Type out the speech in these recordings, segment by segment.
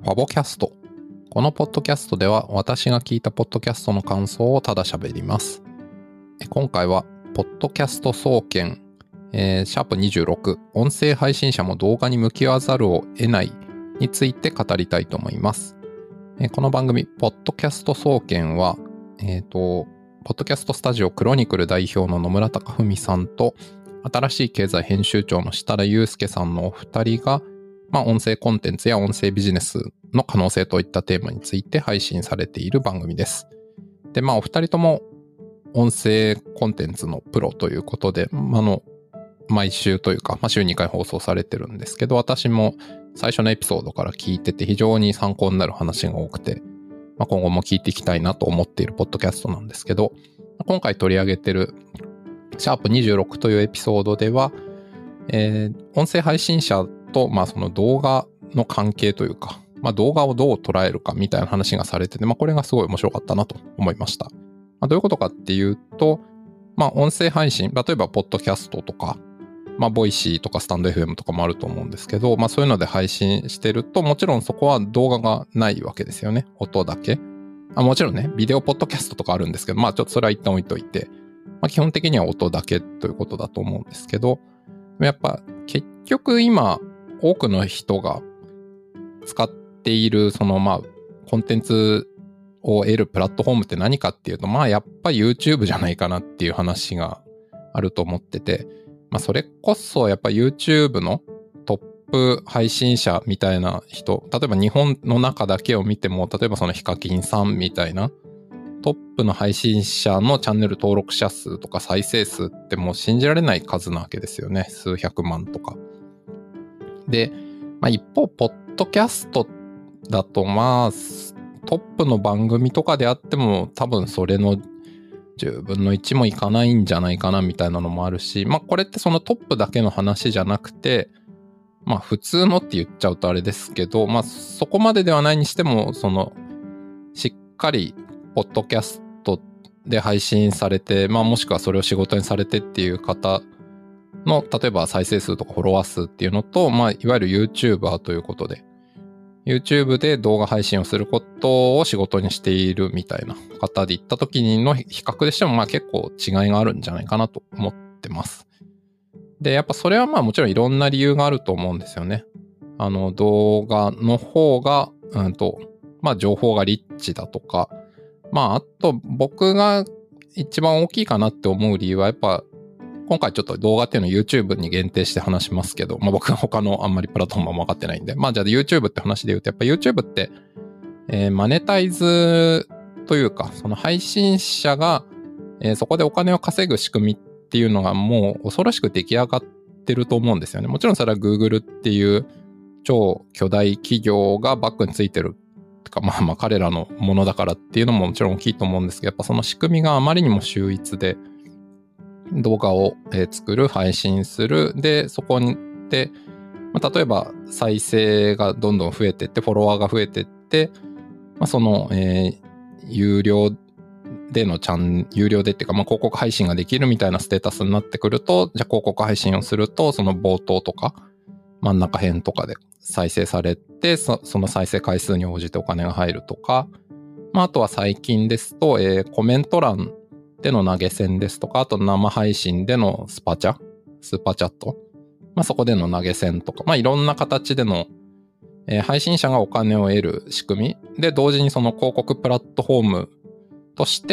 ファボキャスト。このポッドキャストでは私が聞いたポッドキャストの感想をただ喋ります。今回はポッドキャスト総研、シャープ26、音声配信者も動画に向き合わざるを得ないについて語りたいと思います。この番組、ポッドキャスト総研は、ポッドキャストスタジオクロニクル代表の野村貴文さんと、新しい経済編集長の設楽祐介さんのお二人が、音声コンテンツや音声ビジネスの可能性といったテーマについて配信されている番組です。で、お二人とも音声コンテンツのプロということで、毎週というか、週2回放送されてるんですけど、私も最初のエピソードから聞いてて非常に参考になる話が多くて、今後も聞いていきたいなと思っているポッドキャストなんですけど、今回取り上げてるシャープ26というエピソードでは、音声配信者と、その動画の関係というか、動画をどう捉えるかみたいな話がされてて、これがすごい面白かったなと思いました。どういうことかっていうと、音声配信、例えばポッドキャストとか、ボイシーとかスタンド FM とかもあると思うんですけど、そういうので配信してると、もちろんそこは動画がないわけですよね。音だけ。もちろんね、ビデオポッドキャストとかあるんですけど、ちょっとそれは一旦置いといて、基本的には音だけということだと思うんですけど、やっぱ結局今、多くの人が使っているそのコンテンツを得るプラットフォームって何かっていうと、やっぱ YouTube じゃないかなっていう話があると思ってて、それこそやっぱ YouTube のトップ配信者みたいな人、例えば日本の中だけを見ても、例えばそのヒカキンさんみたいなトップの配信者のチャンネル登録者数とか再生数ってもう信じられない数なわけですよね。数百万とか。で、一方、ポッドキャストだとトップの番組とかであっても多分それの10分の1もいかないんじゃないかなみたいなのもあるし、これってそのトップだけの話じゃなくて、普通のって言っちゃうとあれですけど、そこまでではないにしても、しっかりポッドキャストで配信されて、もしくはそれを仕事にされてっていう方の、例えば再生数とかフォロワー数っていうのと、いわゆる YouTuber ということで、YouTube で動画配信をすることを仕事にしているみたいな方で言った時の比較でしても、結構違いがあるんじゃないかなと思ってます。で、やっぱそれはもちろんいろんな理由があると思うんですよね。動画の方が、情報がリッチだとか、あと僕が一番大きいかなって思う理由はやっぱ今回ちょっと動画っていうのを YouTube に限定して話しますけど、僕が他のあんまりプラットフォームも分かってないんで、じゃあ YouTube って話で言うとやっぱ YouTube って、マネタイズというか、その配信者が、そこでお金を稼ぐ仕組みっていうのがもう恐ろしく出来上がってると思うんですよね。もちろんそれは Google っていう超巨大企業がバックについてるとか、彼らのものだからっていうのももちろん大きいと思うんですけど、やっぱその仕組みがあまりにも秀逸で、動画を作る、配信する。で、そこで、例えば再生がどんどん増えてって、フォロワーが増えてって、その、有料でっていうか、広告配信ができるみたいなステータスになってくると、じゃあ広告配信をすると、その冒頭とか、真ん中辺とかで再生されて、その再生回数に応じてお金が入るとか、あとは最近ですと、コメント欄での投げ銭ですとか、あと生配信でのスーパーチャット。そこでの投げ銭とか、いろんな形での、配信者がお金を得る仕組みで、同時にその広告プラットフォームとして、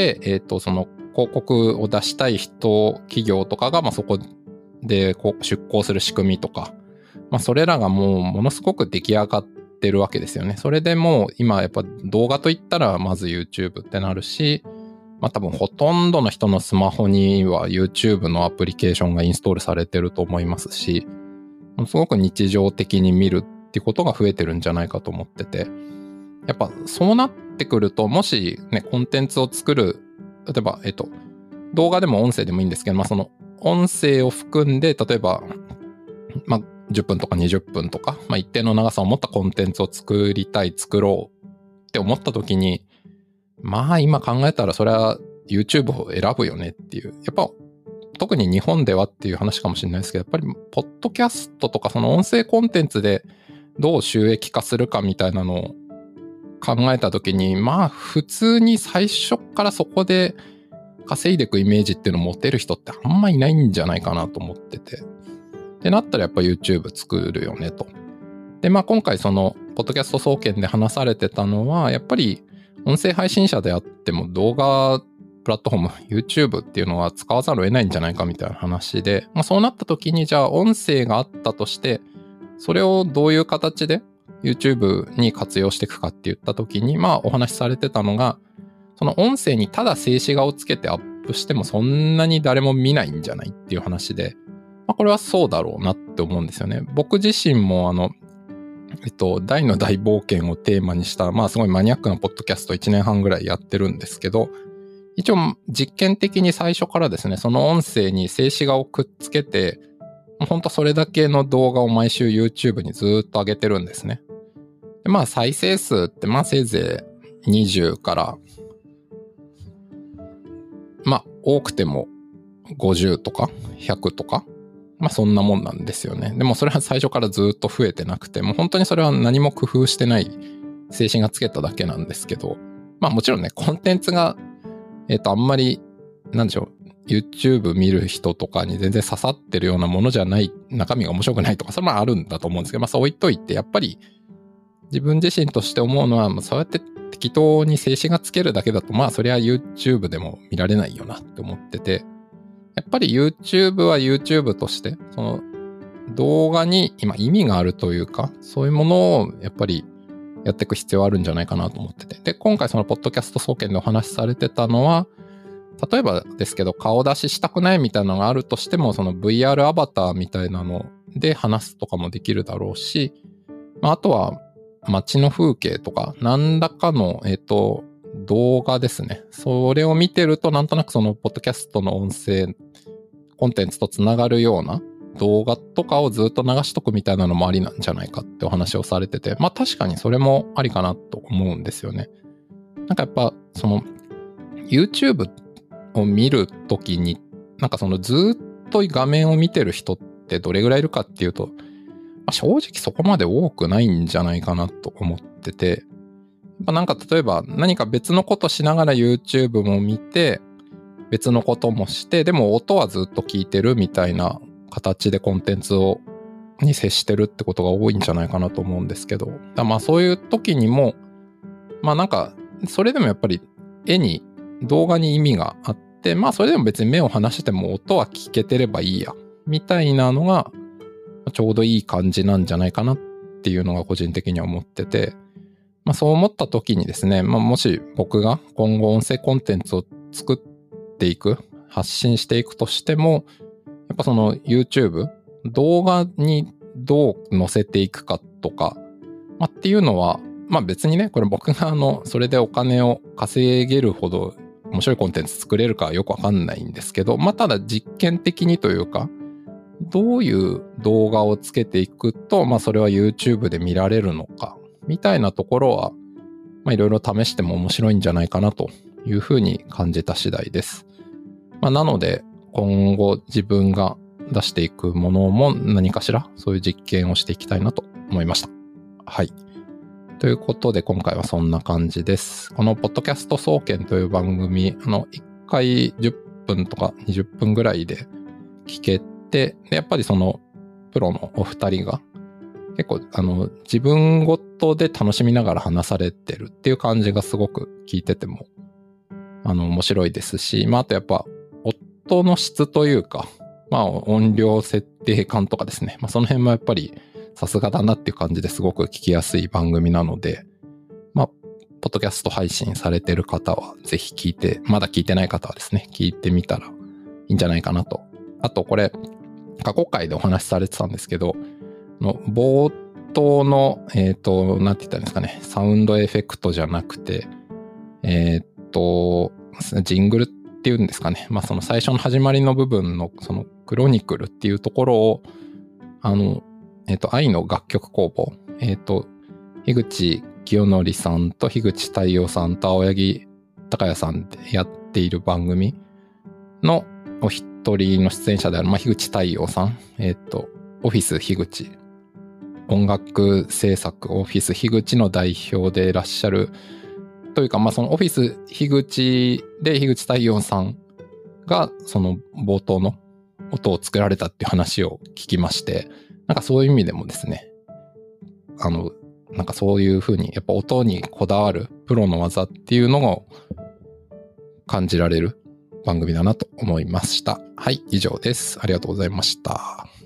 その広告を出したい企業とかが、そこで出向する仕組みとか、それらがもうものすごく出来上がってるわけですよね。それでもう今やっぱ動画といったらまず YouTube ってなるし、多分ほとんどの人のスマホには YouTube のアプリケーションがインストールされてると思いますし、すごく日常的に見るっていうことが増えてるんじゃないかと思ってて、やっぱそうなってくると、もしね、コンテンツを作る、例えば、動画でも音声でもいいんですけど、その音声を含んで、例えば、10分とか20分とか、一定の長さを持ったコンテンツを作ろうって思った時に、今考えたらそれは YouTube を選ぶよねっていう。やっぱ特に日本ではっていう話かもしれないですけど、やっぱりポッドキャストとかその音声コンテンツでどう収益化するかみたいなのを考えたときに、まあ普通に最初からそこで稼いでいくイメージっていうのを持てる人ってあんまいないんじゃないかなと思ってて。ってなったらやっぱ YouTube 作るよねと。で、まあ今回その、ポッドキャスト総研で話されてたのは、やっぱり音声配信者であっても動画プラットフォーム、YouTube っていうのは使わざるを得ないんじゃないかみたいな話で、まあそうなった時にじゃあ音声があったとして、それをどういう形で YouTube に活用していくかって言った時に、まあお話しされてたのが、その音声にただ静止画をつけてアップしてもそんなに誰も見ないんじゃないっていう話で、まあこれはそうだろうなって思うんですよね。僕自身も大の大冒険をテーマにした、まあすごいマニアックなポッドキャスト1年半ぐらいやってるんですけど、一応実験的に最初からですね、その音声に静止画をくっつけて、ほんとそれだけの動画を毎週 YouTube にずっと上げてるんですね。でまあ再生数ってまあせいぜい20からまあ多くても50とか100とかまあそんなもんなんですよね。でもそれは最初からずっと増えてなくて、もう本当にそれは何も工夫してない静止画つけただけなんですけど、まあもちろんね、コンテンツが、あんまり、なんでしょう、YouTube 見る人とかに全然刺さってるようなものじゃない、中身が面白くないとか、それもあるんだと思うんですけど、まあそう言っといて、やっぱり自分自身として思うのは、そうやって適当に静止画つけるだけだと、まあそりゃ YouTube でも見られないよなって思ってて、やっぱり YouTube は YouTube として、その動画に今意味があるというか、そういうものをやっぱりやっていく必要あるんじゃないかなと思ってて。で、今回そのポッドキャスト総研でお話しされてたのは、例えばですけど顔出ししたくないみたいなのがあるとしても、その VR アバターみたいなので話すとかもできるだろうし、あとは街の風景とか、何らかの、動画ですね。それを見てるとなんとなくそのポッドキャストの音声コンテンツとつながるような動画とかをずっと流しとくみたいなのもありなんじゃないかってお話をされてて、まあ確かにそれもありかなと思うんですよね。なんかやっぱその YouTube を見るときになんかそのずっと画面を見てる人ってどれぐらいいるかっていうと、まあ、正直そこまで多くないんじゃないかなと思ってて、なんか例えば何か別のことしながら YouTube も見て別のこともしてでも音はずっと聞いてるみたいな形でコンテンツに接してるってことが多いんじゃないかなと思うんですけど、まあそういう時にもまあなんかそれでもやっぱり動画に意味があって、まあそれでも別に目を離しても音は聞けてればいいやみたいなのがちょうどいい感じなんじゃないかなっていうのが個人的には思ってて、まあそう思った時にですね、まあもし僕が今後音声コンテンツを作っていく、発信していくとしても、やっぱその YouTube、動画にどう載せていくかとか、まあっていうのは、まあ別にね、これ僕がそれでお金を稼げるほど面白いコンテンツ作れるかはよくわかんないんですけど、まあただ実験的にというか、どういう動画をつけていくと、まあそれは YouTube で見られるのか、みたいなところは、まあいろいろ試しても面白いんじゃないかなというふうに感じた次第です。まあなので、今後自分が出していくものも何かしらそういう実験をしていきたいなと思いました。はい。ということで今回はそんな感じです。このポッドキャスト総研という番組、1回10分とか20分ぐらいで聞けて、でやっぱりそのプロのお二人が結構自分ごとで楽しみながら話されてるっていう感じがすごく聞いてても面白いですし、まああとやっぱ音の質というか、まあ音量設定感とかですね、まあその辺もやっぱりさすがだなっていう感じですごく聞きやすい番組なので、まあポッドキャスト配信されてる方はぜひ聞いて、まだ聞いてない方はですね聞いてみたらいいんじゃないかなと。あとこれ過去回でお話しされてたんですけど、冒頭の、なんて言ったらいいんですかね、サウンドエフェクトじゃなくて、ジングルっていうんですかね、まあその最初の始まりの部分のそのクロニクルっていうところを、愛の楽曲工房、樋口清則さんと樋口太陽さんと青柳高也さんでやっている番組のお一人の出演者である、まあ、樋口太陽さん、オフィス樋口音楽制作オフィス樋口の代表でいらっしゃるというか、そのオフィス樋口で樋口太陽さんがその冒頭の音を作られたっていう話を聞きまして、なんかそういう意味でもですね、なんかそういう風にやっぱ音にこだわるプロの技っていうのを感じられる番組だなと思いました。はい、以上です。ありがとうございました。